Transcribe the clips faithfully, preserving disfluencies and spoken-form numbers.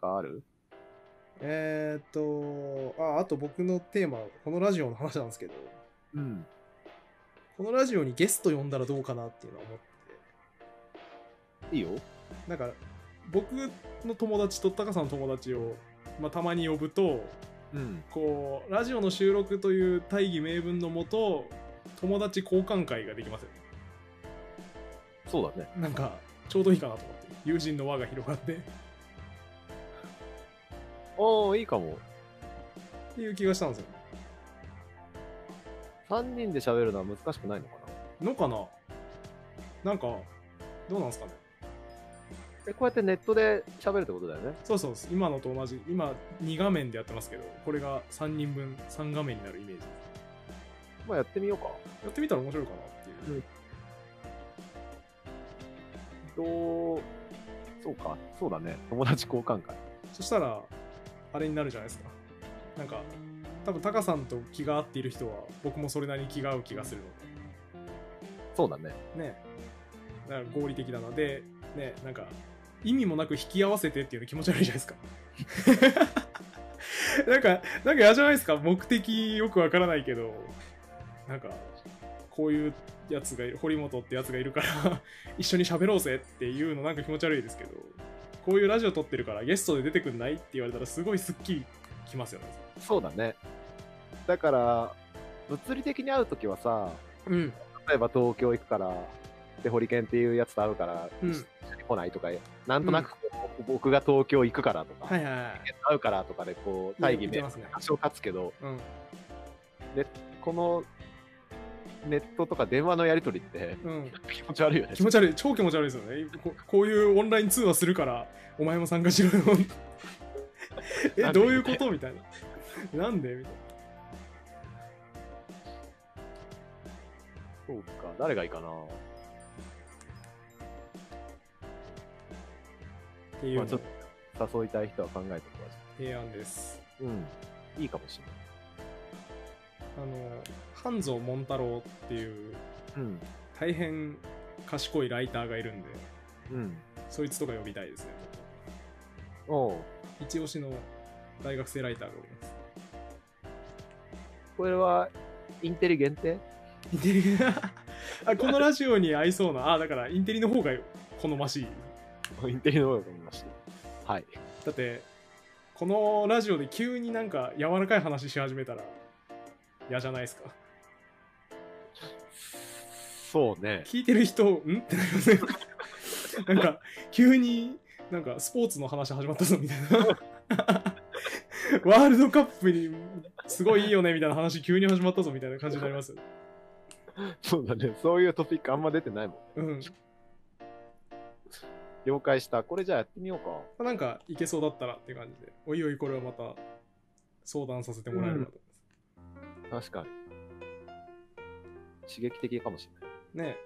かある？ えーっと、あ、あと僕のテーマ、このラジオの話なんですけど、 うん。 このラジオにゲスト呼んだらどうかなっていうのは思ってて、 いいよ。 なんか、僕の友達とタカさんの友達を、まあ、たまに呼ぶと、 うん。 こう、ラジオの収録という大義名分のもと、友達交換会ができますよね。 そうだね。 なんか、ちょうどいいかなと思って、友人の輪が広がって、 おー、いいかも。 っていう気がしたんですよ。 さんにんで喋るのは難しくないのかな？ のかななんか、どうなんですかね。 え、こうやってネットで喋るってことだよね。 そうそうです。今のと同じ、今に画面でやってますけど、これがさんにんぶんさん画面になるイメージです。 まあやってみようか。 やってみたら面白いかなっていう。 どう、そうか。そうだね。友達交換会。 そしたら、あれになるじゃないですか。なんか、多分タカさんと気が合っている人は、僕もそれなりに気が合う気がするのそうだね。 で。ね。だから合理的だな。で、ね、なんか、意味もなく引き合わせてっていうの気持ち悪いじゃないですか。なんか、なんか嫌じゃないですか。目的よくわからないけど、なんか、こういうやつがいる、堀本ってやつがいるから一緒に喋ろうぜっていうのなんか気持ち悪いですけど、こういうラジオ撮ってるからゲストで出てくんないって言われたらすごいスッキリきますよね。 そうだね。だから、物理的に会うときはさ、 うん。 例えば東京行くから、で、ホリケンっていうやつと会うから、 うん一緒に来ないとか、なんとなくこう、僕が東京行くからとか、 はいはいはい。 会うからとかで、こう、大義名言ってますね。 多少立つけど、 うん。 で、この、ネットとか電話のやり取りってうん。 気持ち悪いよね。 気持ち悪い。超気持ち悪いですよね。ここういうオンライン通話するから、お前も参加しろよ。え、どういうことみたいな。なんでみたいな。 そうか、誰がいいかな。 っていうのまあちょっと誘いたい人は考えておくわ。 提案です。 うん。いいかもしれあの、半蔵門太郎っていうない。うん。 大変賢いライターがいるんで、 うん。 そいつとか呼びたいですね。 おう。 一押しの大学生ライターがおります。 これは、インテリ限定？ インテリあ、このラジオに合いそうな、あ、だからインテリの方が好ましい。 インテリの方が見ました。はい。 だって、このラジオで急になんか柔らかい話し始めたら嫌じゃないですか。 そうね。 聞いてる人、んってなりますね。なんか、急になんかスポーツの話始まったぞみたいな。ワールドカップにすごいいいよねみたいな話急に始まったぞみたいな感じになりますよ。 そうだね。そういうトピックあんま出てないもん。 うん。 了解した。これじゃあやってみようか。 なんかいけそうだったらっていう感じで、おいおいこれはまた相談させてもらえればと思います。 確かに。刺激的かもしれない。 ね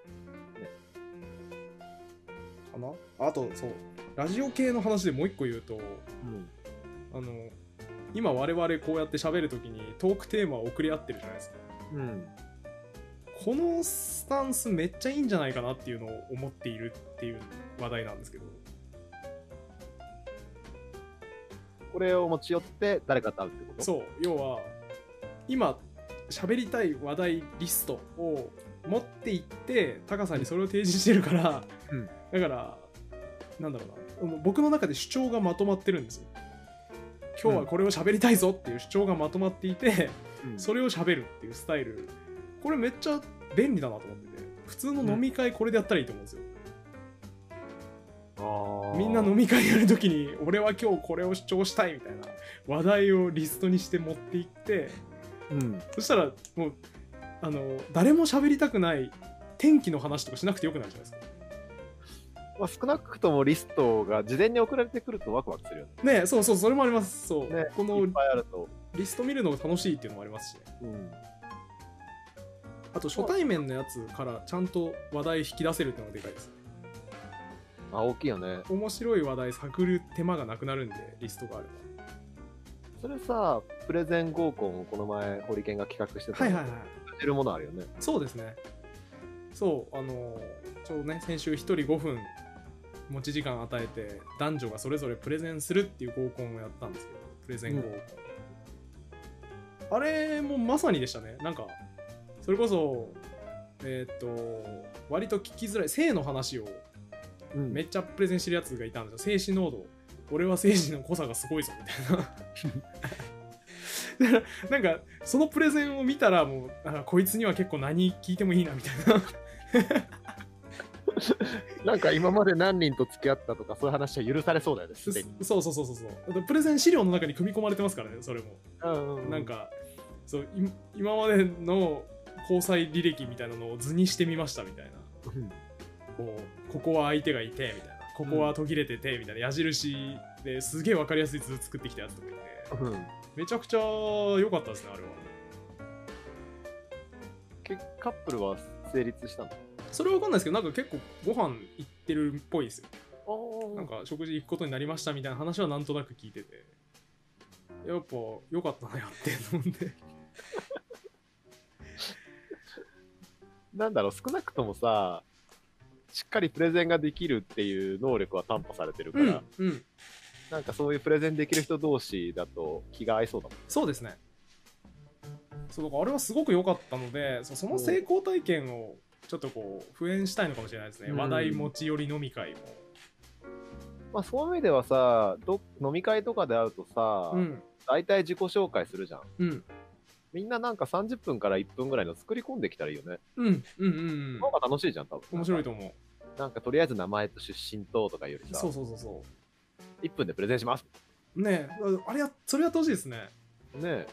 え。かなあと、そう。ラジオ系の話でもう一個言うと、 うん。 あの、今我々こうやって喋るときにトークテーマを送り合ってるじゃないですか。 うん。 このスタンスめっちゃいいんじゃないかなっていうのを思っているっていう話題なんですけど。 これを持ち寄って誰かと会うってこと？ そう。要は、今喋りたい話題リストを持っていってタカさんにそれを提示してるから、 うん、 だからなんだろうな、僕の中で主張がまとまってるんですよ。今日はこれを喋りたいぞっていう主張がまとまっていて、うん、それを喋るっていうスタイル、これめっちゃ便利だなと思ってて、普通の飲み会これでやったらいいと思うんですよ。 うん、 みんな飲み会やるときに俺は今日これを主張したいみたいな話題をリストにして持っていって、うん、そしたらもうあの誰も喋りたくない天気の話とかしなくてよくなるじゃないですか。 まあ、少なくともリストが事前に送られてくるとワクワクするよね。 ねえ、そうそう、それもあります。そう、 ね、 このいっぱいあるとリスト見るのが楽しいっていうのもありますしね。うん、あと初対面のやつからちゃんと話題引き出せるっていうのがでかいです。 あ、大きいよね。 面白い話題探る手間がなくなるんで、リストがあれば。 それさ、プレゼン合コンをこの前ホリケンが企画してたはいはいはい。 感じるものあるよね。 そうですね。そう、あのちょうどね、先週ひとりごふん持ち時間与えて男女がそれぞれプレゼンするっていう合コンをやったんですけど、プレゼン合コン、うん、あれもまさにでしたね。なんかそれこそえっ、ー、と割と聞きづらい性の話をめっちゃプレゼンしてるやつがいたんですよ。精子濃度、俺は精子の濃さがすごいぞみたいななんかそのプレゼンを見たらもうなんかこいつには結構何聞いてもいいなみたいななんか今まで何人と付き合ったとかそういう話は許されそうだよね、すでに。 そうそうそうそうそう。プレゼン資料の中に組み込まれてますからね、それも。 うんうん、 なんかそう今までの交際履歴みたいなのを図にしてみましたみたいな、うん、こうここは相手がいてみたいな、ここは途切れててみたいな矢印ですげえ分かりやすい図作ってきたやつとかいて、うん、めちゃくちゃ良かったですね、あれは。 カップルは成立したの？ それは分かんないですけど、なんか結構ご飯行ってるっぽいですよ。なんか食事行くことになりましたみたいな話はなんとなく聞いてて、やっぱ良かったなやってと思ってなんだろう、少なくともさ、しっかりプレゼンができるっていう能力は担保されてるから、うんうん、なんかそういうプレゼンできる人同士だと気が合いそうだもん。 そうですね。そうだからあれはすごく良かったので、その成功体験をちょっとこう復縁したいのかもしれないですね、うん、話題持ち寄り飲み会も。 まあそういう意味ではさ、ど飲み会とかで会うとさ、うん、大体自己紹介するじゃん、うん、みんななんかさんじゅっぷんからいっぷんぐらいの作り込んできたらいいよね。 うんうんうんうん。 なんか楽しいじゃん、多分。 面白いと思う。 なんかとりあえず名前と出身ととかよりさ、 そうそうそうそう。 いっぷんでプレゼンします。 ねえ、あれや、それやってほしいですね。 ねえ。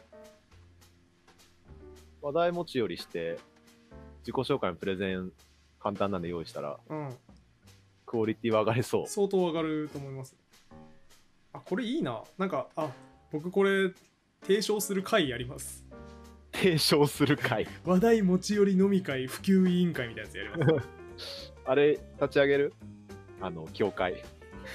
話題持ちよりして自己紹介のプレゼン簡単なんで用意したら、うん、クオリティは上がりそう。 相当上がると思います。あ、これいいな。なんか、あ、僕これ提唱する会やります。 提唱する会話題持ち寄り飲み会普及委員会みたいなやつやりますあれ立ち上げる？あの協会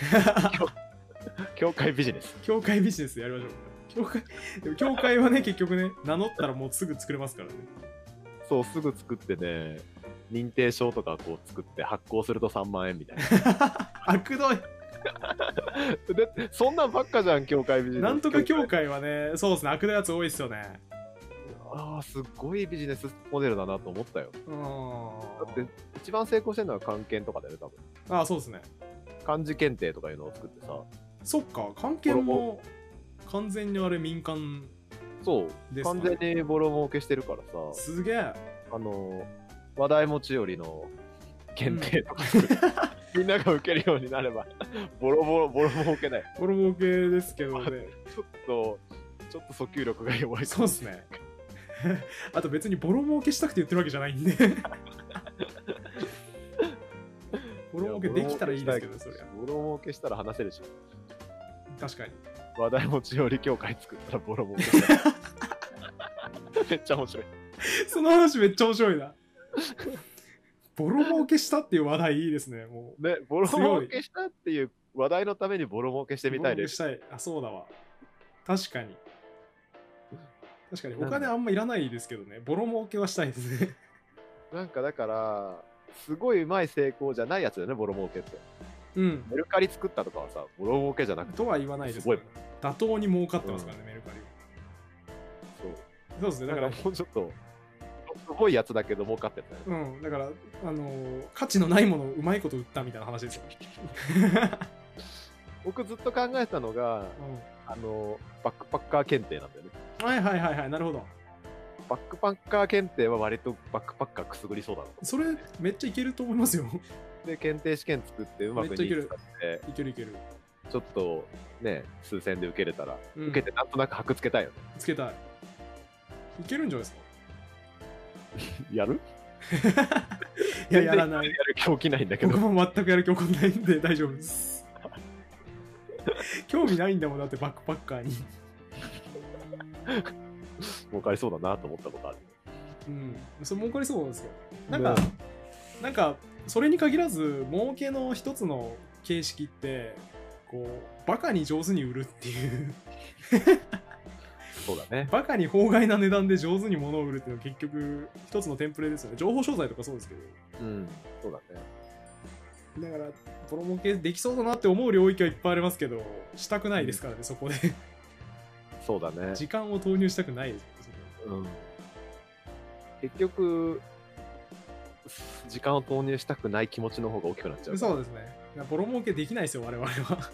協会ビジネス協会ビジネスやりましょう。協会でも協会はね結局ね名乗ったらもうすぐ作れますからね。 そう、すぐ作ってね、認定証とかこう作って発行するとさんまんえんみたいなあくどいでそんなんばっかじゃん、協会ビジネス。 なんとか協会はね、そうですね、あくどいやつ多いですよね。 ああ、すっごいビジネスモデルだなと思ったよ。だって一番成功してるのは漢検とかだよね、多分。 ああ、そうですね。 漢字検定とかいうのを作ってさ。 そっか、漢検も完全にあれ民間、 そう、完全にボロ儲けしてるからさ。 すげえ。 あの話題持ち寄りの検定とか作って、うん、みんなが受けるようになればボロボロボロ儲けだよ。 ボロ儲けですけどね。 ちょっとちょっと訴求力が弱い。 そうですね。あと別にボロ儲けしたくて言ってるわけじゃないんでボロ儲けできたらいいですけど、それはボロ儲けしたら話せるし。 確かに。 話題持ち寄り協会作ったらボロ儲けしたらめっちゃ面白い。 その話めっちゃ面白いな。ボロ儲けしたっていう話題いいですね。もうね、ボロ儲けしたっていう話題のためにボロ儲けしてみたいです。 ボロ儲けしたい。あ、そうだわ。確かに。確かにお金あんまいらないですけどね、ボロ儲けはしたいですね。 なんかだからすごいうまい成功じゃないやつだよね、ボロ儲けって。うん。メルカリ作ったとかはさ、ボロ儲けじゃなくて。 とは言わないですけど、ね、妥当に儲かってますからね、うん、メルカリは。そう。そうですね、だからもうちょっとすごいやつだけど儲かってるね。 うん、だからあのー、価値のないものをうまいこと売ったみたいな話ですよ。 僕ずっと考えたのが、うん、あのバックパッカー検定なんだよね。 はいはいはいはい、なるほど。 バックパッカー検定は割とバックパッカーくすぐりそうだな。 それめっちゃいけると思いますよ。 で検定試験作ってうまくいくっていけるいける。 ちょっとね数千で受けれたら、うん、受けてなんとなく箔つけたいよね。 つけたい。いけるんじゃないですか。 やる？ いや、やらない。 やる気起きないんだけど。 僕も全くやる気起こんないんで大丈夫です。興味ないんだもん、だってバックパッカーに。 儲かりそうだなと思ったことある。 うん、それ儲かりそうですよ。なんか、ね、なんかそれに限らず儲けの一つの形式ってこうバカに上手に売るっていうそうだね。 バカに法外な値段で上手に物を売るっていうのは結局一つのテンプレですよね。情報商材とかそうですけど。 うん、そうだね。 だからボロ儲けできそうだなって思う領域はいっぱいありますけど、したくないですからね、うん、そこでそうだね。 時間を投入したくないですよ、 うん、結局時間を投入したくない気持ちの方が大きくなっちゃう。 そうですね。ボロ儲けできないですよ我々は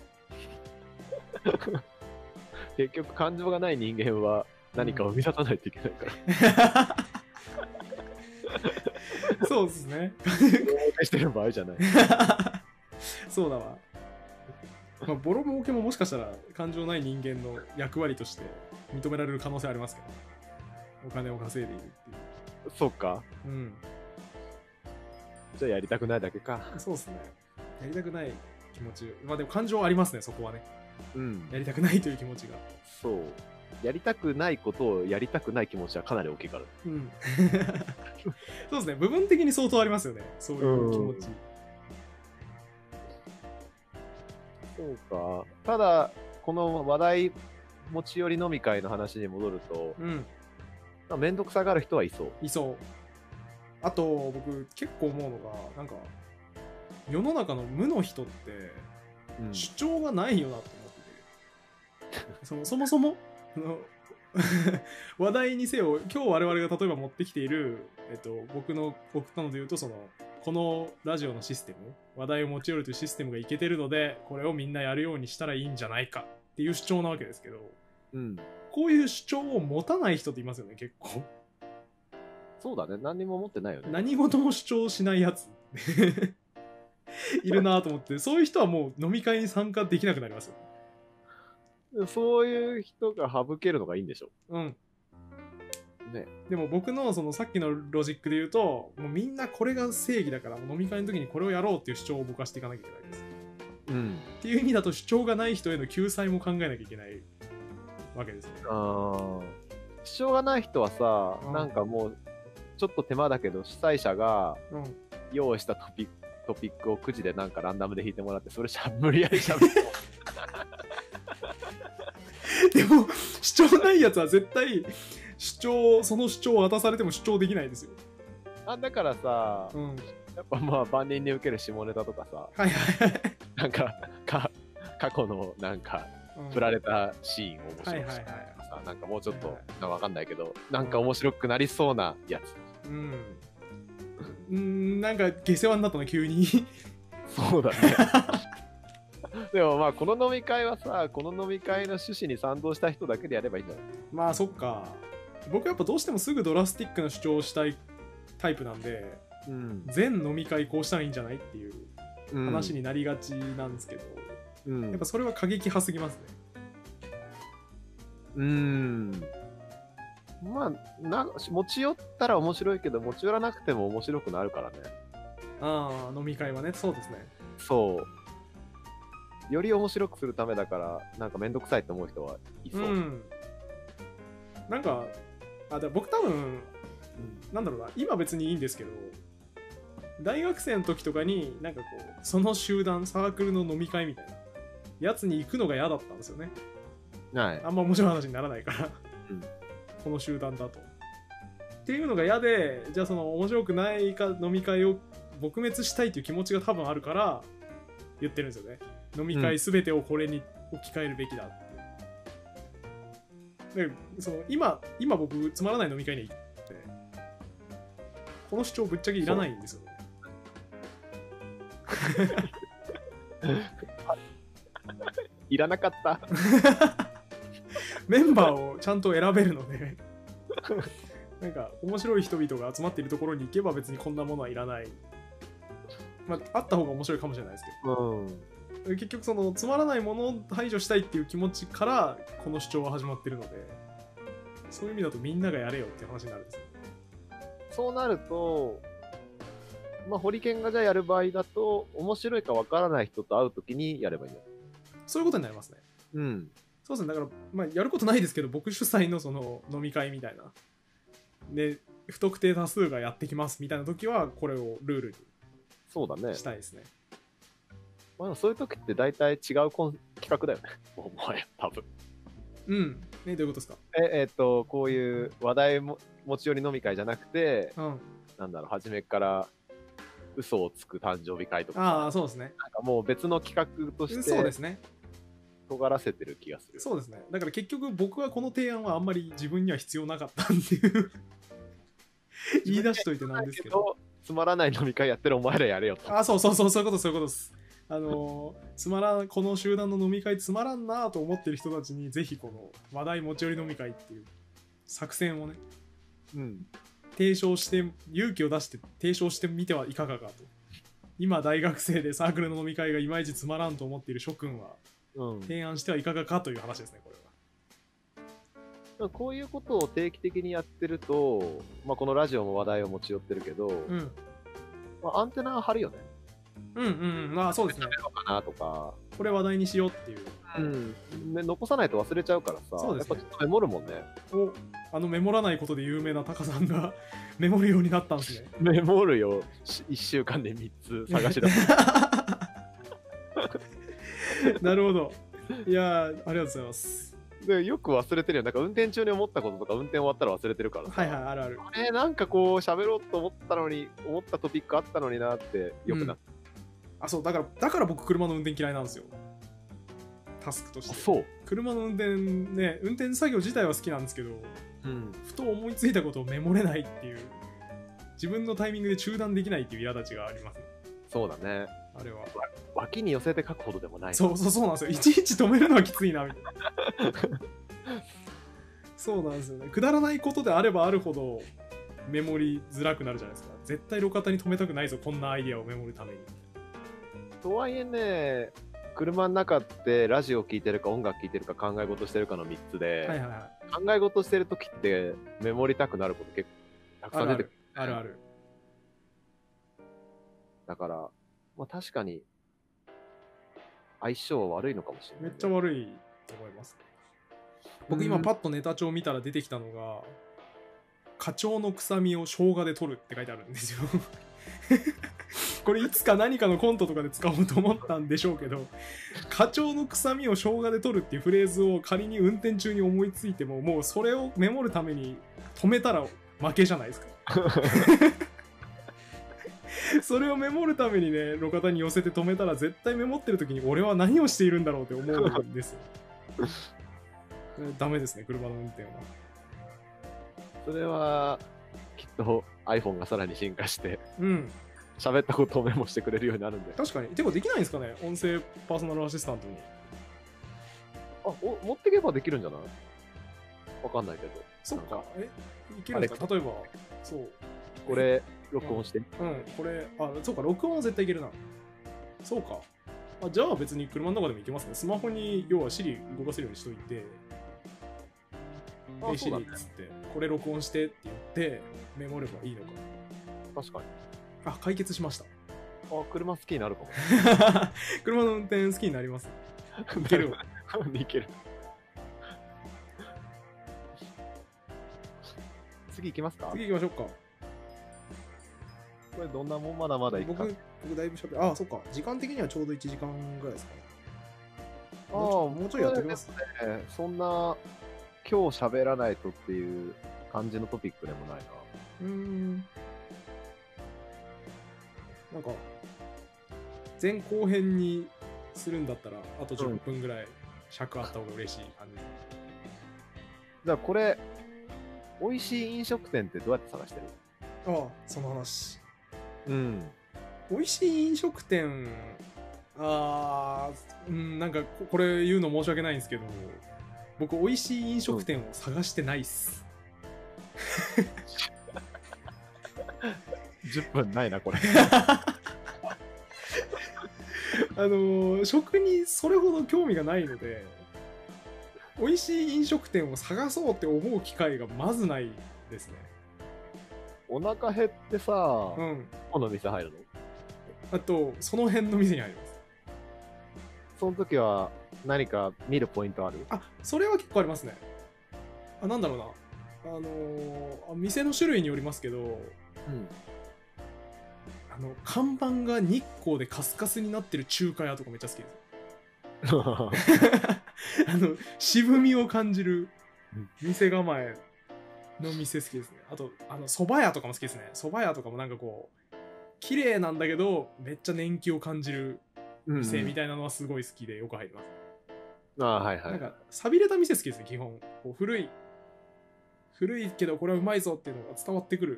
結局感情がない人間は何かを生み出さないといけないから、 うん、そうですね。 してる場合じゃないそうだわ、まあ、ボロ儲けももしかしたら感情ない人間の役割として認められる可能性ありますけど、お金を稼いでいるっていう。 そうか、 うん、 じゃあやりたくないだけか。 そうですね、やりたくない気持ち、まあでも感情ありますね、そこはね。 うん、 やりたくないという気持ちが。 そう、やりたくないことをやりたくない気持ちはかなり大きいから。 うん。そうですね、部分的に相当ありますよね、そういう気持ち。 そうか。ただ、この話題持ち寄り飲み会の話に戻ると、うん、めんどくさがる人はいそう。 いそう。あと、僕、結構思うのが、なんか、世の中の無の人って、主張がないよなと思ってて、うん、そのそもそもの話題にせよ、今日我々が例えば持ってきている、えっと、僕の僕なので言うと、そのこのラジオのシステム、話題を持ち寄るというシステムがいけてるので、これをみんなやるようにしたらいいんじゃないかっていう主張なわけですけど、うん、こういう主張を持たない人っていますよね、結構。 そうだね、何にも持ってないよね。 何事も主張しないやついるなと思って、そういう人はもう飲み会に参加できなくなりますよ。そういう人が省けるのがいいんでしょ。うん。 ね。でも僕のそのさっきのロジックで言うと、もうみんなこれが正義だから、飲み会の時にこれをやろうっていう主張を僕はしていかなきゃいけないです。うん。っていう意味だと主張がない人への救済も考えなきゃいけないわけですね。ああ。 主張がない人はさ、うん、なんかもうちょっと手間だけど主催者が用意したトピック、トピックをくじでなんかランダムで引いてもらって、それしゃ無理やりしゃべるでも主張ないやつは絶対主張、その主張を渡されても主張できないですよ。 あ、だからさ、うん、やっぱまあ万人に受ける下ネタとかさ、はいはいはい、なんかか過去のなんか振られたシーンを面白くしたりとかさ、なんかもうちょっと、はいはい、なんかわかんないけど、なんか面白くなりそうなやつ。うん。 うん、なんか下世話になったの急にそうだねでもまあこの飲み会はさ、この飲み会の趣旨に賛同した人だけでやればいいんじゃない？ まあそっか。僕やっぱどうしてもすぐドラスティックな主張をしたいタイプなんで、うん、全飲み会こうしたらいいんじゃないっていう話になりがちなんですけど、うん、やっぱそれは過激派すぎますね。 うーん。まあな、持ち寄ったら面白いけど、持ち寄らなくても面白くなるからね。 ああ、飲み会はね、そうですね。 そう。より面白くするためだから、なんかめんどくさいと思う人はいそう。うん、 なんか、あ、だ僕多分、うん、なんだろうな、今別にいいんですけど、大学生の時とかに、なんかこう、その集団、サークルの飲み会みたいなやつに行くのが嫌だったんですよね。はい。あんま面白い話にならないからうん、この集団だと。っていうのが嫌で、じゃあその面白くないか飲み会を撲滅したいという気持ちが多分あるから言ってるんですよね。飲み会すべてをこれに置き換えるべきだって。で、その今今僕つまらない飲み会に行って、この主張ぶっちゃけいらないんですよね。 いらなかった。 メンバーをちゃんと選べるのでなんか面白い人々が集まっているところに行けば別にこんなものはいらない。まああった方が面白いかもしれないですけど、うん、結局そのつまらないものを排除したいっていう気持ちからこの主張は始まってるので、そういう意味だとみんながやれよっていう話になるんですよ。 そうなると、まあホリケンがじゃあやる場合だと、面白いかわからない人と会うときにやればいいんだよ。 そういうことになりますね。うん。そうですね。だから、まあ、やることないですけど、僕主催のその飲み会みたいな。で、不特定多数がやってきますみたいな時は、これをルールにそうだね。 したいですね。 まあ、そういう時って大体違うコン企画だよね。もうもはや、多分。 うん。ね、どういうことですか？ え、えー、っと、こういう話題も持ち寄り飲み会じゃなくて、うん、なんだろう、初めから嘘をつく誕生日会とか、 ああそうですね、 なんかもう別の企画としてそうですね、 尖らせてる気がする。 そうですね。だから結局僕はこの提案はあんまり自分には必要なかったっていう言い出しといてなんですけど、 つまらない飲み会やってるお前らやれよと。 あそうそうそう、そういうことそういうことです。あのー、つまらんこの集団の飲み会つまらんなと思ってる人たちにぜひこの話題持ち寄り飲み会っていう作戦をね、 うん、 提唱して勇気を出して提唱してみてはいかがかと。今大学生でサークルの飲み会がいまいちつまらんと思っている諸君は提案してはいかがかという話ですね、これは。 こういうことを定期的にやってると、まあ、このラジオも話題を持ち寄ってるけど、うんまあ、アンテナ張るよね。 うんうん、まあそうですね。 かなとかこれ話題にしようっていう、 うんね、残さないと忘れちゃうからさ、そうですね、やっぱちょっとメモるもんね。 おあのメモらないことで有名なタカさんがメモるようになったんですね。 メモるよ、いっしゅうかんでみっつ探し出す。 なるほど。いやありがとうございます。 でよく忘れてるよ。なんか運転中に思ったこととか運転終わったら忘れてるからさ。 はいはい、あるある。 あれなんかこう喋ろうと思ったのに、思ったトピックあったのになってよくなった。 うん、あそうだからだから僕車の運転嫌いなんですよ。タスクとして。 そう。 車の運転ね、運転作業自体は好きなんですけど、うん、ふと思いついたことをメモれないっていう、自分のタイミングで中断できないっていう苛立ちがありますね。 そうだね。 あれは脇に寄せて書くほどでもない。 そうそうそうなんですよ。いちいち止めるのはきついなみたいな。そうなんですよね。くだらないことであればあるほどメモりづらくなるじゃないですか。絶対路肩に止めたくないぞ、こんなアイディアをメモるために。 とはいえね、車の中ってラジオ聴いてるか音楽聴いてるか考え事してるかのみっつで、はいはいはい、考え事してるときってメモりたくなること結構たくさん出てくる。 あるある。あるある。 だから、まあ、確かに相性は悪いのかもしれない、ね。 めっちゃ悪いと思います。僕今パッとネタ帳見たら出てきたのが、課長の臭みを生姜で取るって書いてあるんですよ。これいつか何かのコントとかで使おうと思ったんでしょうけど、課長の臭みを生姜で取るっていうフレーズを仮に運転中に思いついても、もうそれをメモるために止めたら負けじゃないですか。それをメモるためにね、路肩に寄せて止めたら絶対メモってる時に俺は何をしているんだろうって思うんですよ。ダメですね、車の運転は。 それはきっと iPhone がさらに進化して、 うん、 喋ったことをメモしてくれるようになるんで。 確かに。てかできないんですかね、音声パーソナルアシスタントに。 あ、お持ってけばできるんじゃない？わかんないけど。 そっか。え、いけるんですか？例えば、そう。 これ、録音して。 うん、うん、これ、あ、そうか、録音は絶対いけるな。そうか。あ、じゃあ別に車の中でもいけますね。スマホに、要は Siri 動かせるようにしといて、で、Siri っつって、これ録音してって言って、メモればいいのか。 確かに。 あ、解決しました。 あ、車好きになるかも。 車の運転好きになります。いけるわ。 いける。次行きますか？ 次行きましょうか。 これどんなもんまだまだいくか。 僕、僕だいぶしゃべる。あ、そっか。時間的にはちょうどいちじかんぐらいですかね。 ああ、もうちょいやってきますね。そんな、今日喋らないとっていう感じのトピックでもないな。 うーん。なんか、前後編にするんだったら、あとじゅっぷんぐらい尺あった方が嬉しい感じです。 じゃあこれ、美味しい飲食店ってどうやって探してる？ ああ、その話。 うん。 美味しい飲食店、あー、うん、なんかこれ言うの申し訳ないんですけど、僕美味しい飲食店を探してないっす。 うん、じゅっぷんないなこれ。 あのー、食にそれほど興味がないので、美味しい飲食店を探そうって思う機会がまずないですね。 お腹減ってさ、うん、この店入るの？ あとその辺の店に入ります。 その時は何か見るポイントある？ あ、それは結構ありますね。あ、なんだろうな、あのー、店の種類によりますけど、うん、あの看板が日光でカスカスになってる中華屋とかめっちゃ好きです。あの渋みを感じる店構えの店好きですね。あとあの蕎麦屋とかも好きですね。蕎麦屋とかもなんかこう綺麗なんだけどめっちゃ年季を感じる店みたいなのはすごい好きでよく入ります、 うん、ああはいはい。 なんか寂れた店好きですね基本。こう古い古いけどこれはうまいぞっていうのが伝わってくる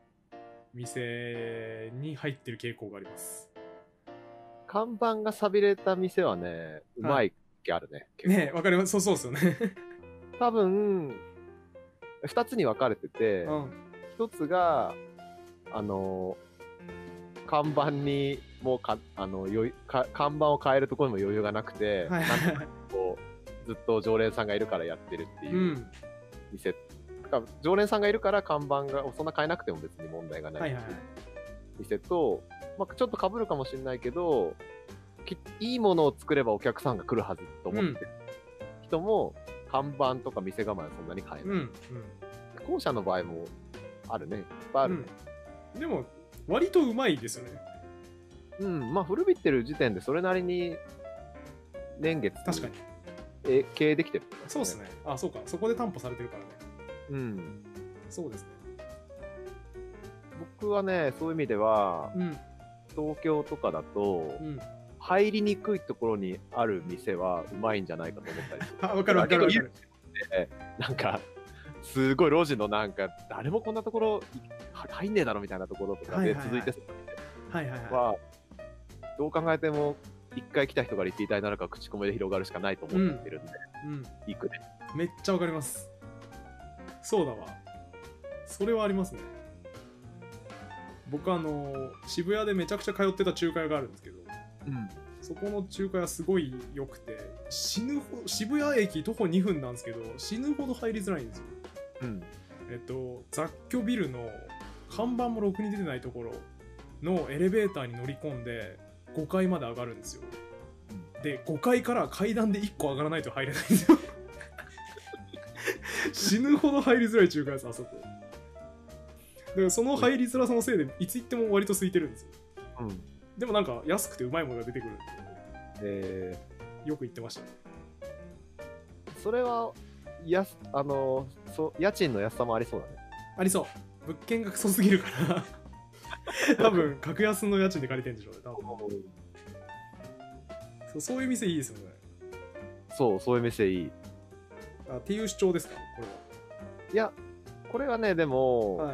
店に入ってる傾向があります。 看板が寂れた店はね、うまい気あるね。 はい、ねえ、わかります。そうそうですよね。 多分、二つに分かれてて、うん、一つが、あの、看板にもうか、あの、よか看板を変えるところにも余裕がなくて、はいはいはい、なんかこう、ずっと常連さんがいるからやってるっていう店、うん、常連さんがいるから看板がそんな変えなくても別に問題がない店と、はいはい、まあ、ちょっと被るかもしれないけど、いいものを作ればお客さんが来るはずと思ってる人も、うん、看板とか店構えはそんなに変えない、うんうん、後者の場合もあるね、いっぱいあるね、 うん、でも割とうまいですよね。 うん、まあ古びってる時点でそれなりに年月確かにえ経営できてる、ね、 そうですね。あ、そうか、そこで担保されてるからね。 うん、 そうですね。 僕はね、そういう意味では、うん、東京とかだと、うん、入りにくいところにある店はうまいんじゃないかと思ったりする。 あ、わかるわかるわかる。 なんか、すごい路地のなんか、誰もこんなところ入んねえだろみたいなところとかで続いては、どう考えても一回来た人がリピーターになるか口コミで広がるしかないと思ってるんで、うんうん、行くね。 めっちゃわかります。そうだわ。それはありますね。僕あの渋谷でめちゃくちゃ通ってた中華屋があるんですけど、うん、そこの中華屋すごい良くて、死ぬほど渋谷駅徒歩にふんなんですけど死ぬほど入りづらいんですよ、うん、えっと雑居ビルの看板もろくに出てないところのエレベーターに乗り込んでごかいまで上がるんですよ、うん、でごかいから階段でいっこ上がらないと入れないんですよ死ぬほど入りづらい中華屋です、あそこ。だからその入りづらさのせいでいつ行っても割と空いてるんですよ、うん、でもなんか安くてうまいものが出てくるんで、えー、よく行ってましたね。 それはやすあのそ家賃の安さもありそうだね。 ありそう。物件がクソすぎるから多分格安の家賃で借りてるんでしょうね多分そう。そういう店いいですよね。 そうそういう店いい。 あっていう主張ですかこれは。 いやこれはねでも、はい、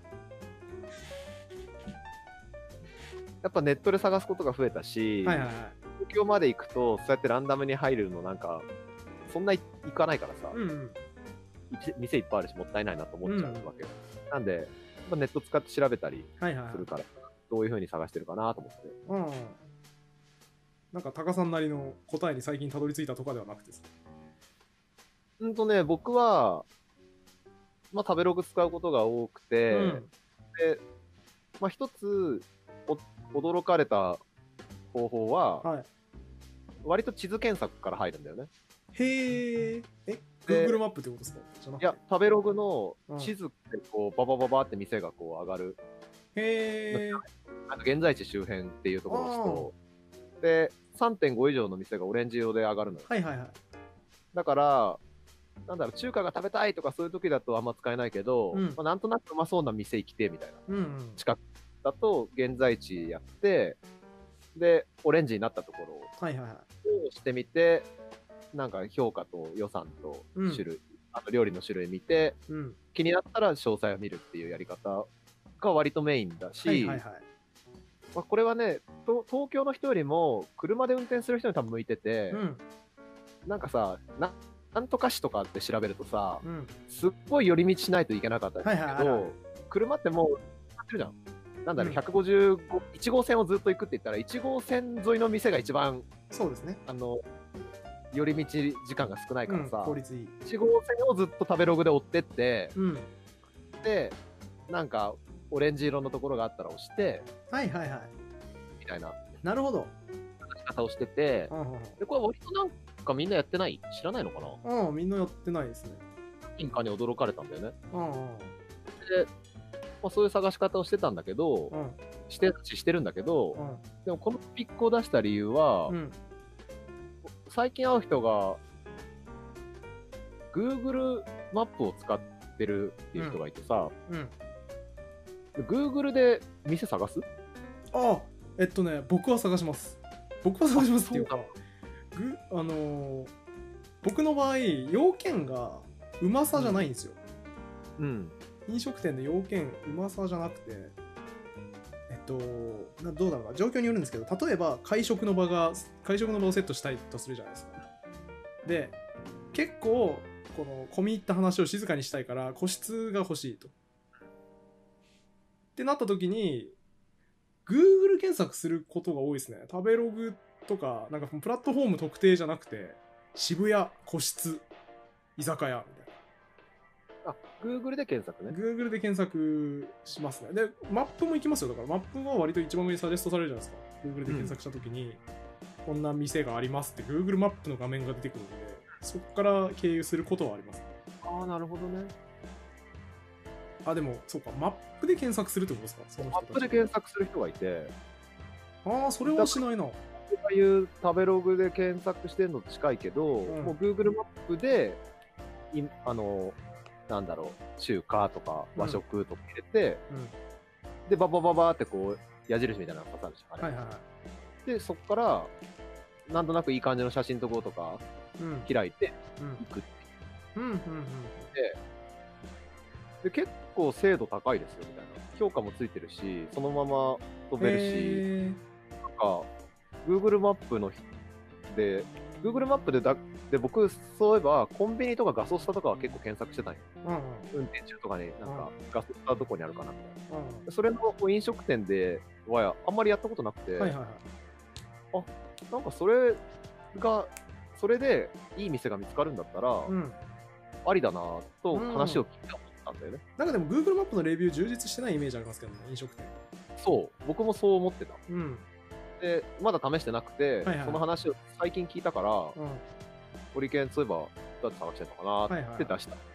やっぱネットで探すことが増えたし、はいはいはい、東京まで行くとそうやってランダムに入るのなんかそんな行かないからさ、うんうん、店いっぱいあるしもったいないなと思っちゃうわけよ、うん、なんでネット使って調べたりするから、はいはいはい、どういう風に探してるかなと思って、うん、 なんかタカさんなりの答えに最近たどり着いたとかではなくてさ。 うんとね僕はまあ食べログ使うことが多くて、うん、でまあ一つ驚かれた方法は、はい、割と地図検索から入るんだよね。 へー。え Google マップってことですか？ いや食べログの地図ってこうババババって店がこう上がる、 へー。 あの現在地周辺っていうところですとで さんてんご 以上の店がオレンジ色で上がるのよ、 はいはいはい、 だからなんだろう中華が食べたいとかそういう時だとあんま使えないけど、うんまあ、なんとなくうまそうな店行きてみたいな、うんうん、近くだと現在地やってでオレンジになったところを押してみて、なんか評価と予算と種類、うん、あの料理の種類見て、うん、気になったら詳細を見るっていうやり方が割とメインだし、はいはいはい、まあ、これはね東京の人よりも車で運転する人に多分向いてて、うん、なんかさななんとか市とかって調べるとさ、うん、すっごい寄り道しないといけなかったんだけど、はいはいはいはい、車ってもうやってるじゃん。なんだろう、うん、ひゃくごじゅうご、いち号線をずっと行くって言ったらいち号線沿いの店が一番そうですね、 あの寄り道時間が少ないからさ、うん、 効率いいいち号線をずっと食べログで追ってって、うん、でなんかオレンジ色のところがあったら押してはいはいはいみたいななるほど話し方をしてて、うんうん、でこれ割となんかみんなやってない？知らないのかな？ うん、みんなやってないですね。 何かに驚かれたんだよね。 うんうん、 で、まあ、そういう探し方をしてたんだけど、うん、してしてるんだけど、うん、でもこのピックを出した理由は、うん、最近会う人が Google マップを使ってるっていう人がいてさ、うんうん、Google で店探す？ あえっとね僕は探します。僕は探しますっていうかぐあのー、僕の場合要件がうまさじゃないんですよ。 うん、うん、 飲食店で要件うまさじゃなくて、えっとなどうだろうな、状況によるんですけど、例えば会食の場が会食の場をセットしたいとするじゃないですか。で結構この込み入った話を静かにしたいから個室が欲しいとってなった時に Google 検索することが多いですね。食べログとかなんかプラットフォーム特定じゃなくて渋谷個室居酒屋みたいな。 あ、Google で検索ね。 Google で検索しますね。でマップも行きますよ。だからマップは割と一番上にサジェストされるじゃないですか。 Google で検索した時に、うん、こんな店がありますって Google マップの画面が出てくるのでそこから経由することはあります。 ああ、なるほどね。 あ、でもそうか、マップで検索するってことですか。その人たちマップで検索する人がいて、 ああ、それはしないな。 ああいう食べログで検索してるのと近いけど、うん、もう Google マップでいあのなんだろう、中華とか和食とか入れて、うんうん、でババババってこう矢印みたいなのが刺さるじゃん、はいはいはい、でそこからなんとなくいい感じの写真とことか開いて行くっていう、うんうんうんうん、でで結構精度高いですよみたいな評価もついてるし、そのまま飛べるし、なんか Google マップので Google マップでだで僕そういえばコンビニとかガソスタとかは結構検索してたんよ、うんうん、運転中とかになんかガソスタどこにあるかなみたいな、うん、それのこう飲食店ではあんまりやったことなくて、はいはいはい、あ、なんかそれがそれでいい店が見つかるんだったら、うん、ありだなと話を聞いたことあったんだよね、 うん、なんかでも Google マップのレビュー充実してないイメージありますけどね、飲食店。 そう僕もそう思ってた、うん、でまだ試してなくて、はいはい、その話を最近聞いたから、うん、ホリケンそういえばどうやって探してるのかなって出した、はいはい、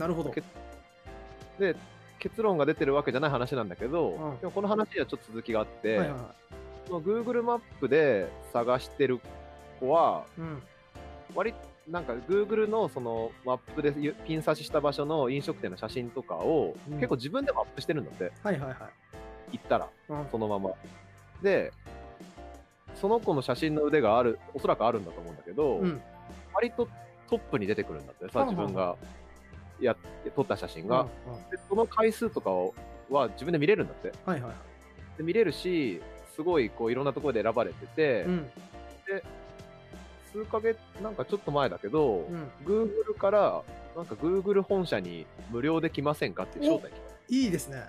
なるほど。 で結論が出てるわけじゃない話なんだけど、うん、でもこの話にはちょっと続きがあって、はいはいはい、その Google マップで探してる子は、うん、割なんか Google のそのマップでピン差しした場所の飲食店の写真とかを、うん、結構自分でもアップしてるんだって、はいはいはい、行ったら、うん、そのままでその子の写真の腕がある、おそらくあるんだと思うんだけど、うん、割とトップに出てくるんだってさ、自分がや撮った写真が、うんうん、でその回数とかをは自分で見れるんだって、はいはい、で見れるし、すごいこういろんなところで選ばれてて、うん、で数ヶ月なんかちょっと前だけど、うん、Google からなんか Google 本社に無料で来ませんかって招待来た。 いいですね。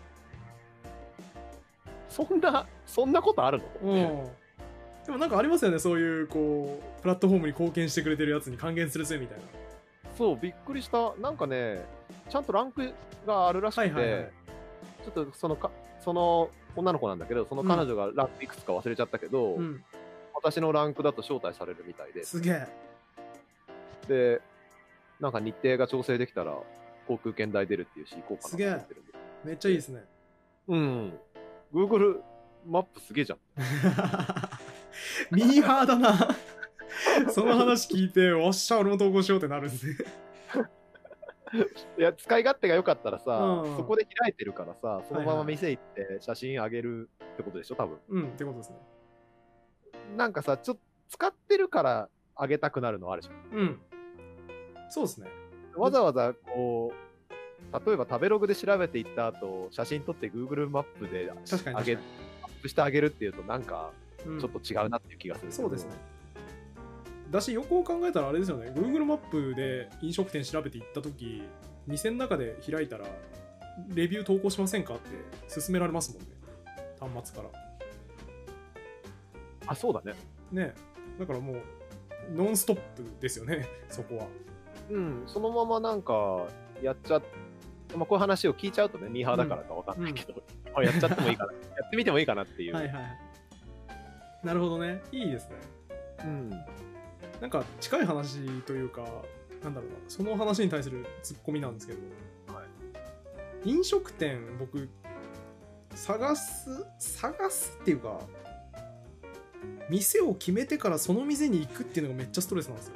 そんなそんなことあるの？うん、 でもなんかありますよね、そういうこうプラットフォームに貢献してくれてるやつに還元するぜみたいな。 そう、びっくりした。なんかね、ちゃんとランクがあるらしくて、はいはいはい、ちょっとそのかその女の子なんだけど、その彼女がランクいくつか忘れちゃったけど、うん、私のランクだと招待されるみたいで。 すげえ。 で、なんか日程が調整できたら航空券代出るっていうし、行こうかなと思ってるんで。 すげえ。めっちゃいいですね。 うん。Google マップすげえじゃん。 ミーハーだな。その話聞いて、おっしゃ、俺も投稿しようってなるんですね。 いや、使い勝手が良かったらさ、うん、そこで開いてるからさ、そのまま店行って写真あげるってことでしょ、多分。 うん、ってことですね。 なんかさ、ちょっと使ってるからあげたくなるのあるじゃん。うん。 そうですね。 わざわざこう、例えば食べログで調べていった後、写真撮って Google マップであげ、アップしてあげるっていうと、なんか、ちょっと違うなっていう気がする、うん。 そうですね。だし、よく考えたらあれですよね。Google マップで飲食店調べて行ったとき、店の中で開いたら、レビュー投稿しませんかって勧められますもんね。端末から。 あ、そうだね。 ね。だからもう、ノンストップですよね、そこは。 うん、そのままなんか、やっちゃっまあ、こういう話を聞いちゃうとね、ミーハーだからかわかんないけど、うん、やっちゃってもいいかな、やってみてもいいかなっていう。はいはい。 なるほどね。いいですね。うん。なんか近い話というか、なんだろうな、その話に対するツッコミなんですけど、はい、飲食店、僕、探す、探すっていうか、店を決めてからその店に行くっていうのがめっちゃストレスなんですよ。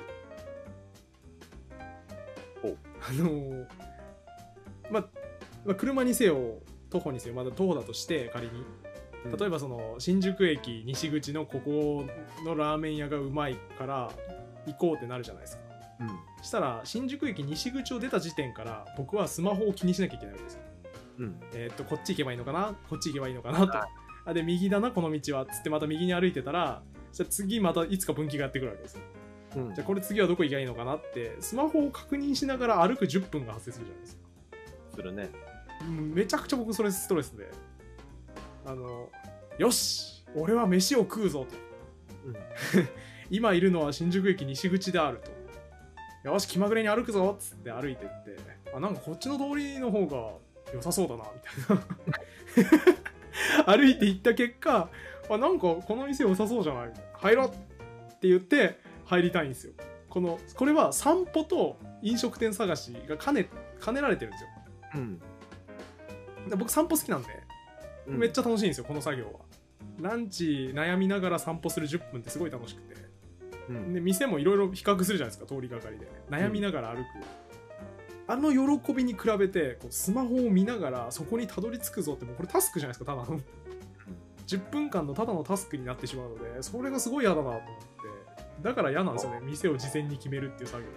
おあのー、ま、まあ、車にせよ、徒歩にせよ、まだ徒歩だとして仮に、 例えばその新宿駅西口のここのラーメン屋がうまいから行こうってなるじゃないですか。うん、したら新宿駅西口を出た時点から僕はスマホを気にしなきゃいけないわけですよ。うん、えー、っとこっち行けばいいのかなこっち行けばいいのかなと、はい、あで右だなこの道はっつってまた右に歩いてたらじゃ次またいつか分岐がやってくるわけですよ。うん、じゃあこれ次はどこ行けばいいのかなってスマホを確認しながら歩くじゅっぷんが発生するじゃないですか。 するね。 めちゃくちゃ僕それストレスで、あのよし俺は飯を食うぞと、うん、今いるのは新宿駅西口であると、よし気まぐれに歩くぞっつって歩いてって、あなんかこっちの通りの方が良さそうだなみたいな歩いて行った結果、あなんかこの店良さそうじゃない入ろうって言って入りたいんですよ。このこれは散歩と飲食店探しが兼ね兼ねられてるんですよ。うん、で僕散歩好きなんで、うん、めっちゃ楽しいんですよこの作業は。ランチ悩みながら散歩するじゅっぷんってすごい楽しくて、うん、で店もいろいろ比較するじゃないですか。通りがかりで悩みながら歩く、うん、あの喜びに比べてこうスマホを見ながらそこにたどり着くぞってもうこれタスクじゃないですか。ただのじゅっぷんかんのただのタスクになってしまうので、それがすごい嫌だなと思って、だから嫌なんですよね店を事前に決めるっていう作業。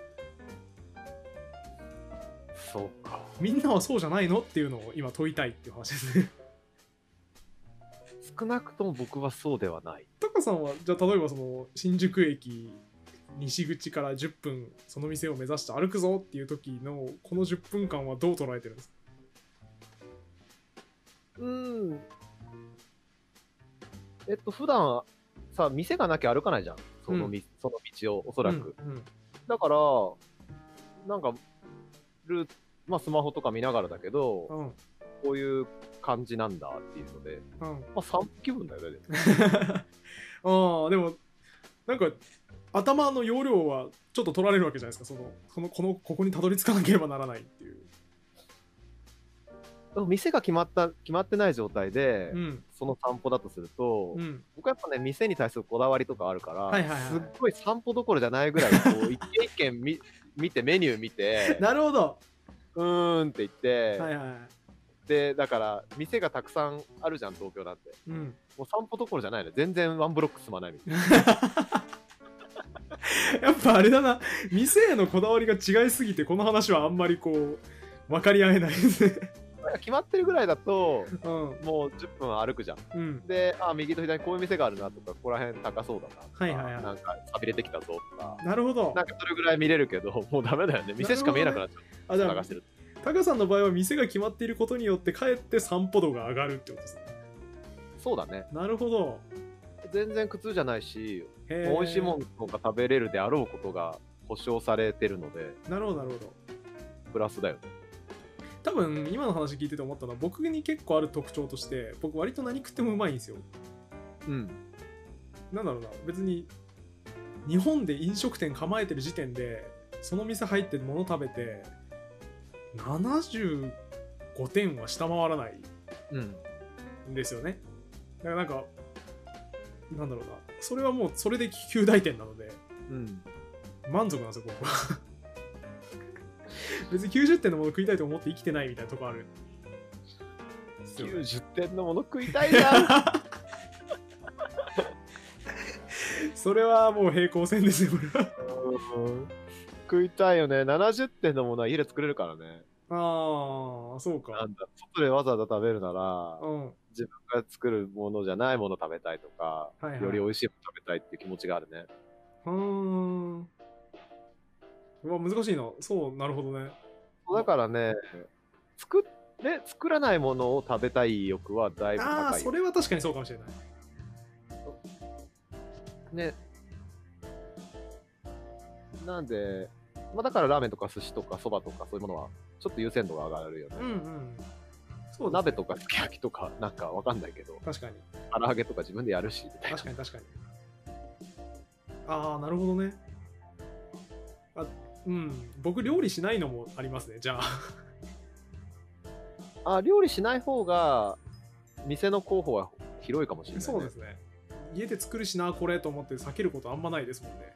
そうか。 みんなはそうじゃないのっていうのを今問いたいっていう話ですね。 少なくとも僕はそうではない。 タカさんはじゃあ例えばその新宿駅西口からじゅっぷんその店を目指して歩くぞっていう時のこのじゅっぷんかんはどう捉えてるんですか？ うーんえっと普段さ店がなきゃ歩かないじゃんその、うん、その道をおそらく、うんうん、だからなんかルーまあスマホとか見ながらだけど、うん、こういう感じなんだっていうので、うん、まあ散歩気分だよね。 ああでもなんか頭の容量はちょっと取られるわけじゃないですか。そのこのこのここにたどり着かなければならないっていう。 店が決まった決まってない状態で、うん、その散歩だとすると、うん、僕はやっぱね店に対するこだわりとかあるから、はいはいはい、すっごい散歩どころじゃないぐらいこう一軒一軒見見てメニュー見てなるほどうーんって言って、はいはい、でだから店がたくさんあるじゃん東京なんて、うん、もう散歩どころじゃないの全然ワンブロック進まないみたいな。 やっぱあれだな店へのこだわりが違いすぎてこの話はあんまりこう分かり合えないですね。 決まってるぐらいだと、うん、もうじゅっぷん歩くじゃん、うん、であ右と左にこういう店があるなとかここら辺高そうだなとか、はいはいはい、なんか寂れてきたぞとか。 なるほど。 なんかそれぐらい見れるけどもうダメだよね店しか見えなくなっちゃう、ね、あじゃあ探してる。 タカさんの場合は店が決まっていることによってかえって散歩度が上がるってことですね。 そうだね。 なるほど。 全然苦痛じゃないし美味しいものが食べれるであろうことが保証されてるので。 なるほどなるほど。 プラスだよね。 多分今の話聞いてて思ったのは僕に結構ある特徴として僕割と何食ってもうまいんですよ。うん。なんだろうな別に日本で飲食店構えてる時点でその店入ってるもの食べてななじゅうごてんは下回らないんですよね。だからなんかなんだろうなそれはもうそれできゅう大点なので、うん、満足なんですよ僕は。別にきゅうじゅってんのもの食いたいと思って生きてないみたいなとこある。 きゅうじゅってんのもの食いたいな。 それはもう平行線ですよこれは。 食いたいよね。ななじゅってんのものは家で作れるからね。 ああそうか。 なんだ外でわざわざ食べるなら、うん、自分が作るものじゃないもの食べたいとか、はいはい、より美味しいもの食べたいっていう気持ちがあるね。 うーんうわ難しいな。そうなるほどね。 だからね作れ作らないものを食べたい欲はだいぶ高い。 ああそれは確かにそうかもしれないね。なんで、まあ、だからラーメンとか寿司とかそばとかそういうものはちょっと優先度が上がるよね。うんうん。そうですね、鍋とかすき焼きとかなんかわかんないけど。 確かに。 唐揚げとか自分でやるしみたいな。 確かに確かに。ああなるほどね。あうん僕料理しないのもありますねじゃあ。あ料理しない方が店の候補は広いかもしれない、ね。 そうですね。家で作るしなこれと思って避けることあんまないですもんね。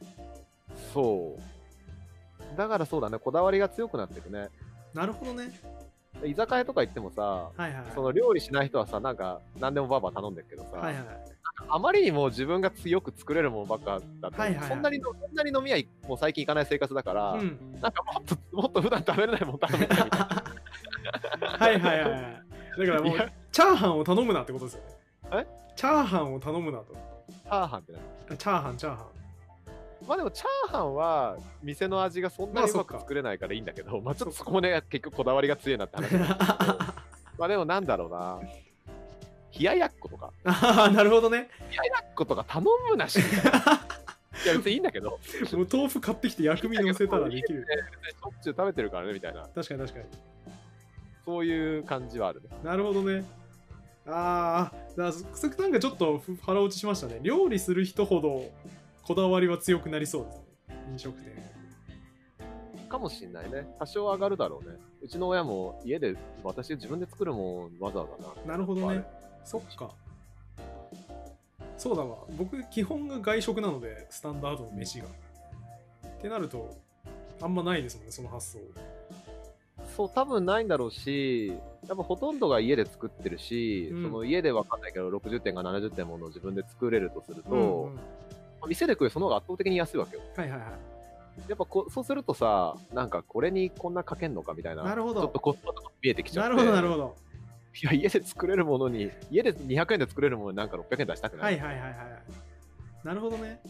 そうだからそうだねこだわりが強くなっていくね。 なるほどね。 居酒屋とか行ってもさ、 はいはいはい、 その料理しない人はさ、なんか何でもバーバー頼んでるけどさ、 はいはい、 あまりにも自分が強く作れるものばっかだと、 はいはいはい、 そんなにそんなに飲み屋もう最近行かない生活だから、うん、なんかもっともっと普段食べれないもん頼みたいみたいな。 はいはいはい。だからもうチャーハンを頼むなってことですよね。え？チャーハンを頼むなと。 チャーハンって何？ チャーハンチャーハン。 まあでもチャーハンは店の味がそんなにうまく作れないからいいんだけど、まあ、まあちょっとそこもね結局こだわりが強いなって話なんですけどまあでもなんだろうな、冷ややっことか。 ああなるほどね。 冷ややっことか頼むなしみたいな。いや別にいいんだけど、もう豆腐買ってきて薬味乗せたらできる。 しょっちゅう食べてるからねみたいな。 確かに確かに。 そういう感じはあるね。 なるほどね。ああ、だからなんかちょっと腹落ちしましたね。料理する人ほどこだわりは強くなりそうですね。飲食店。 かもしんないね。多少上がるだろうね。うちの親も家で私自分で作るもんわざわざな。 なるほどね。そっか。そうだわ。僕基本が外食なのでスタンダードの飯が。ってなるとあんまないですもんね、その発想。 そう多分ないんだろうし、やっぱほとんどが家で作ってるし、うん、その家でわかんないけどろくじゅってんかななじゅってんものを自分で作れるとすると、うんうん、店で食うその方が圧倒的に安いわけよ。 はいはいはい。 やっぱこそうするとさ、なんかこれにこんなかけんのかみたいな、 なるほど、 ちょっとコスパとか見えてきちゃって。 なるほどなるほど。 いや家で作れるものに、家でにひゃくえんで作れるものになんかろっぴゃくえん出したくない。 はいはいはいはい。なるほどね。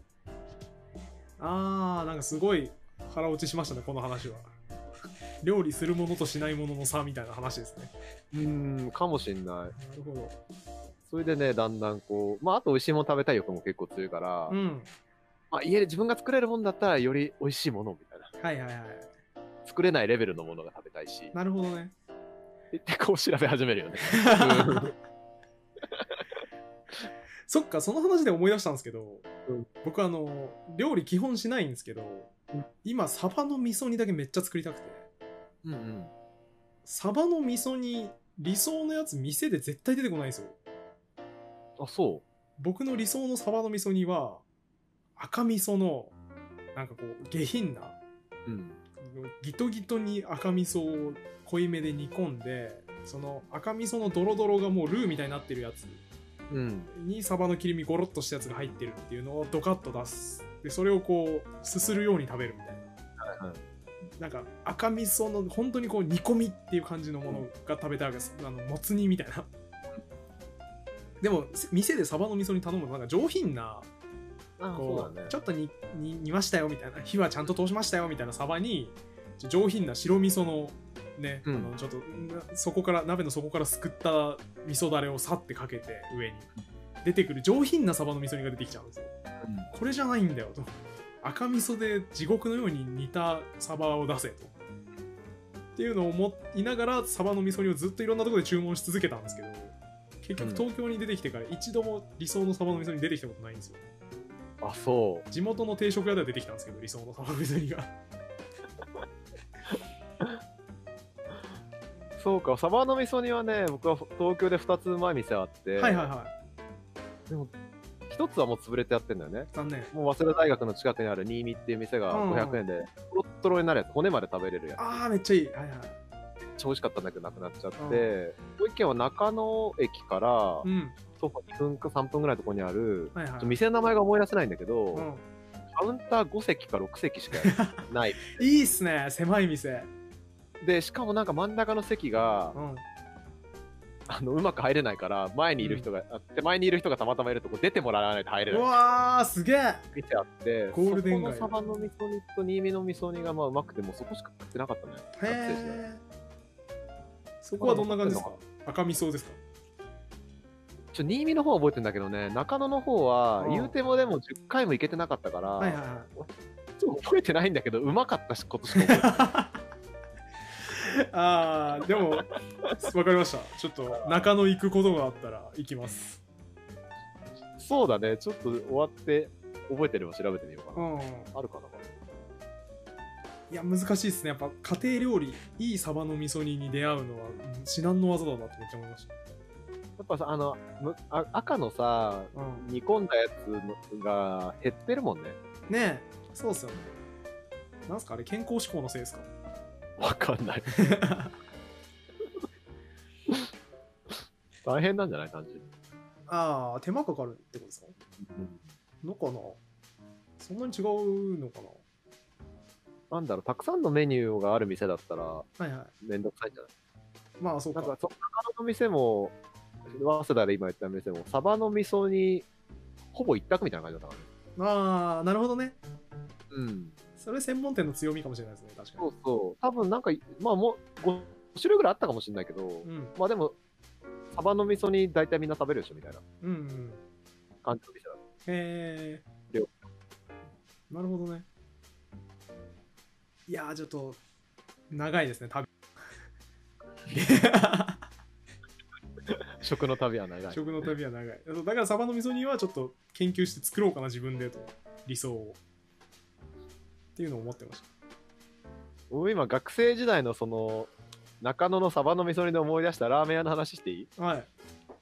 あー、なんかすごい腹落ちしましたね、この話は。料理するものとしないものの差みたいな話ですね。 うーん、かもしんない。なるほど。 それでね、だんだんこう、まあ、あと美味しいもの食べたい欲も結構強いから、 うん、 まあ、家で自分が作れるもんだったらより美味しいものみたいな。 はいはいはい。 作れないレベルのものが食べたいし。 なるほどね。 ってこう調べ始めるよね。 そっか、その話で思い出したんですけど、うん、僕あの、料理基本しないんですけど、うん、今、サバの味噌煮だけめっちゃ作りたくて。 うんうん、 サバの味噌煮、理想のやつ店で絶対出てこないんですよ。 あ、そう。 僕の理想のサバの味噌煮は赤味噌のなんかこう下品な、うん、ギトギトに赤味噌を濃いめで煮込んで、その赤味噌のドロドロがもうルーみたいになってるやつにサバの切り身ゴロッとしたやつが入ってるっていうのをドカッと出す。でそれをこうすするように食べるみたいな、はいはい、なんか赤味噌の本当にこう煮込みっていう感じのものが食べたいわけです。あのもつ煮みたいな。でも店でサバの味噌煮頼むとなんか上品な、こう、ね、ちょっと煮煮ましたよみたいな、火はちゃんと通しましたよみたいなサバに上品な白味噌のね、うん、あのちょっとそこから鍋の底からすくった味噌だれをさってかけて上に出てくる上品なサバの味噌煮が出てきちゃうんですよ、うん、これじゃないんだよと。赤味噌で地獄のように煮たサバを出せとっていうのを思いながらサバの味噌煮をずっといろんなところで注文し続けたんですけど、結局東京に出てきてから一度も理想のサバの味噌煮出てきたことないんですよ。 あ、そう。 地元の定食屋では出てきたんですけど、理想のサバの味噌煮がそうか、サバの味噌煮はね、僕は東京でふたつうまい店あって、 はいはいはい。 でもひとつはもう潰れてやってんだよね。 残念。 もう早稲田大学の近くにある新見っていう店がごひゃくえんでトロットロになるやつ、骨まで食べれるやつ。 ああ、めっちゃいい。はいはい。 めっちゃ美味しかったんだけどなくなっちゃって、もう一軒は中野駅から、うん、徒歩にふんかさんぷんぐらいのところにある、はいはい、店の名前が思い出せないんだけど、うん、カウンターごせきかろくせきしかない。 いいっすね、狭い店。 でしかもなんか真ん中の席が、うん、あのうまく入れないから前にいる人が、うん、手前にいる人がたまたまいるとこ出てもらわないと入れない。 うわーすげえ見てあって、 ゴールデン街そこのサバの味噌煮と新見の味噌煮がまあうまくてもそこしか食ってなかったね。 へー。そこはどんな感じですか？赤味噌ですか？ ちょ新見の方は覚えてんだけどね、中野の方は言うてもでもじゅっかいも行けてなかったから、はいはいはい、ちょっと覚えてないんだけどうまかったしことしか覚えてない。 あーでも分かりました。ちょっと中野行くことがあったら行きます。 そうだね、ちょっと終わって覚えてれば調べてみようかな、うん、あるかな。 いや難しいですね。やっぱ家庭料理いいサバの味噌煮に出会うのは至難の技だなってめっちゃ思いました。 やっぱさ、あのあ赤のさ、うん、煮込んだやつが減ってるもんね。 ねえ、そうっすよね。なんすかあれ、健康志向のせいですか？ わかんない。 大変なんじゃない単純に。 ああ、手間かかるってことですか、うん、のかなそんなに違うのかな。 なんだろう、たくさんのメニューがある店だったら、 はいはい。 めんどくさいんじゃない？ まあ、そうか。 なんか、そ中野の店も、早稲田で今言った店も、サバの味噌に、ほぼ一択みたいな感じだったからね。ああ、なるほどね。 うん。 それ専門店の強みかもしれないですね、確かに。 そうそう。多分なんか、まあもう、ご種類ぐらいあったかもしれないけど、うん、まあでも、サバの味噌に大体みんな食べるでしょみたいな感じの店だ。 へえー。なるほどね。いやー、ちょっと、長いですね、旅。 食の旅は長い。 食の旅は長い。だからサバの味噌煮はちょっと研究して作ろうかな、自分でと。理想を。っていうのを思ってました。 僕今、学生時代のその、中野のサバの味噌煮で思い出したラーメン屋の話していい？ はい。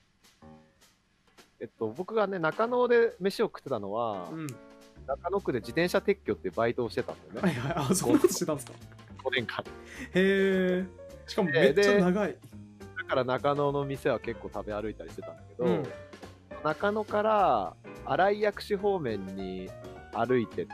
えっと、僕がね、中野で飯を食ってたのは、うん、中野区で自転車撤去っていうバイトをしてたんだよね。 はいはい。あ、そんなことしてたんですか？ ごねんかん。 へえ。しかもめっちゃ長い。 だから中野の店は結構食べ歩いたりしてたんだけど、うん、中野から新井薬師方面に歩いてって、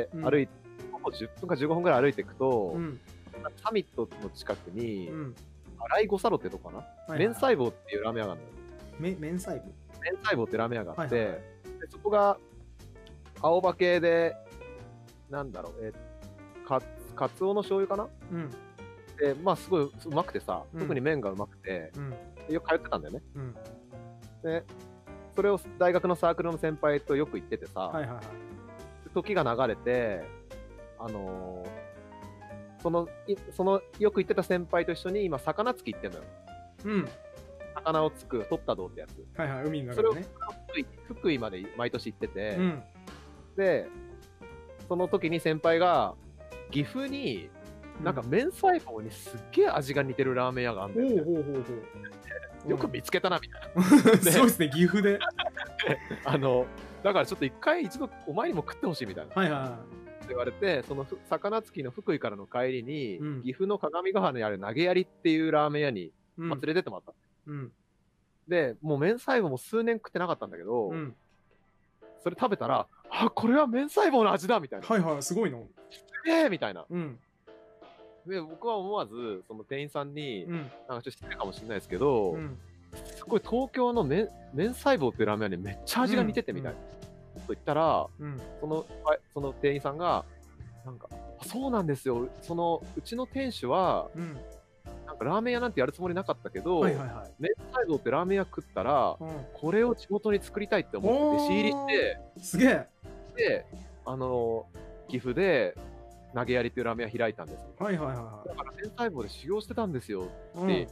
うん、歩いて、じゅっぷんかじゅうごふんぐらい歩いていくと、うん、サミットの近くに、うん、新井五差路ってとこかな、はいはい、麺細胞っていうラーメン屋があるのよ。 麺細胞麺細胞ってラーメン屋があって、はいはい、でそこが青葉系で、なんだろう、えー、かかつおの醤油かな、うん、で、まあすごいうまくてさ、うん、特に麺がうまくて、うん、よく通ってたんだよね、うん、で、それを大学のサークルの先輩とよく行っててさ、はいはいはい、時が流れて、あのー、その、そのよく行ってた先輩と一緒に今、魚釣き行ってんのよ。うん。魚をつく、取った道ってやつ。 はいはい、海の中でね。 それを福井まで毎年行ってて、うん、で、その時に先輩が、岐阜に、なんか麺細胞にすっげえ味が似てるラーメン屋があるんだよ、ね。ほうほうほうほう。よく見つけたな、みたいな。 すごいですね、岐阜で。 あの、だからちょっと一回一度お前にも食ってほしいみたいな。はいはいはい。って言われて、その魚付きの福井からの帰りに、うん、岐阜の各務原にある投げやりっていうラーメン屋に、うん、まあ、連れてってもらった。うん、で、もう麺細胞も数年食ってなかったんだけど、うん、それ食べたら、あ、これは麺細胞の味だみたいな。 はいはい、すごいの。 すげえみたいな。うん、で、僕は思わず、その店員さんに、うん、なんかちょっと失礼かもしれないですけど、うん、すごい東京の麺細胞っていうラーメン屋にめっちゃ味が似ててみたいな。うんうんと言ったら、うん、そのその店員さんがなんかそうなんですよ、そのうちの店主は、うん、なんかラーメン屋なんてやるつもりなかったけど、はいはいはい、麺細胞ってラーメン屋食ったら、うん、これを地元に作りたいって思って弟子入りしてすげえであの岐阜で投げやりっていうラーメン屋開いたんですよ。 はいはいはい、 だから麺細胞で修行してたんですよって言って、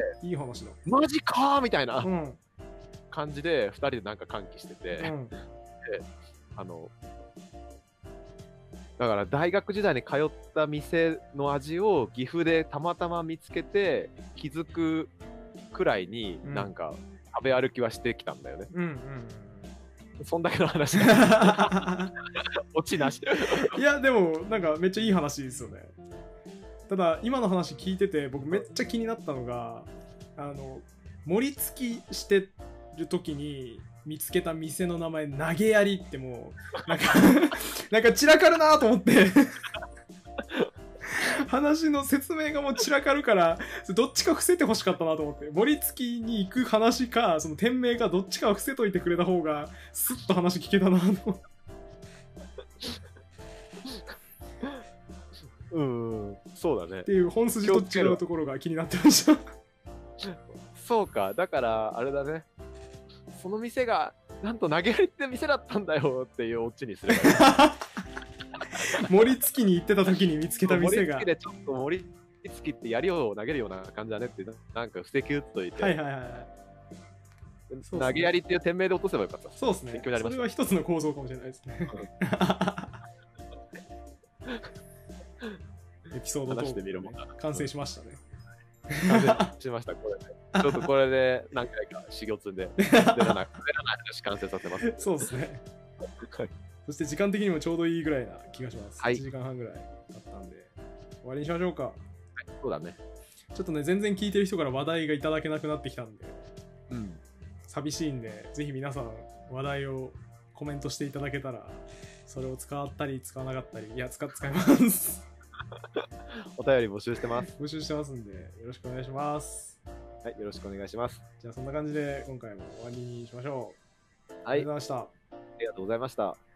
うん、いい話だ。 マジかーみたいな、うん、感じでふたりでなんか歓喜してて。うんあのだから大学時代に通った店の味を岐阜でたまたま見つけて気づくくらいになんか食べ歩きはしてきたんだよね。うんうんうん、そんだけの話オチなしいやでもなんかめっちゃいい話ですよね。ただ今の話聞いてて僕めっちゃ気になったのが、あの盛り付きしてる時に見つけた店の名前投げやりってもうなんかなんか散らかるなと思って話の説明がもう散らかるからどっちか伏せてほしかったなと思って、盛り付きに行く話かその店名かどっちかを伏せといてくれた方がスッと話聞けたなとうんそうだねっていう本筋と違うところが気になってましたそうか、だからあれだね、その店がなんと投げやりって店だったんだよっていうオチにすればいい盛り付きに行ってた時に見つけた店が盛り付きでちょっと盛り付きって槍を投げるような感じだねってなんか布石打っといて、はいはいはい、投げやりっていう店名で落とせばよかった。 そうですね、それは一つの構造かもしれないですねエピソードトークで完成しましたね。 完成しましたこれで。ちょっとこれで何回か修行積んで滑らない滑らない話完成させます。 そうですね。そして時間的にもちょうどいいぐらいな気がします。はい、いちじかんはんぐらい経ったんで終わりにしましょうか。はい、 そうだね。 ちょっとね全然聞いてる人から話題がいただけなくなってきたんで、うん、 寂しいんで、ぜひ皆さん話題をコメントしていただけたら、それを使ったり使わなかったり、いや、使っ使います。 お便り募集してます。 募集してますんで、よろしくお願いします。 はい、よろしくお願いします。 じゃあそんな感じで今回も終わりにしましょう。 はい。 ありがとうございました。 ありがとうございました。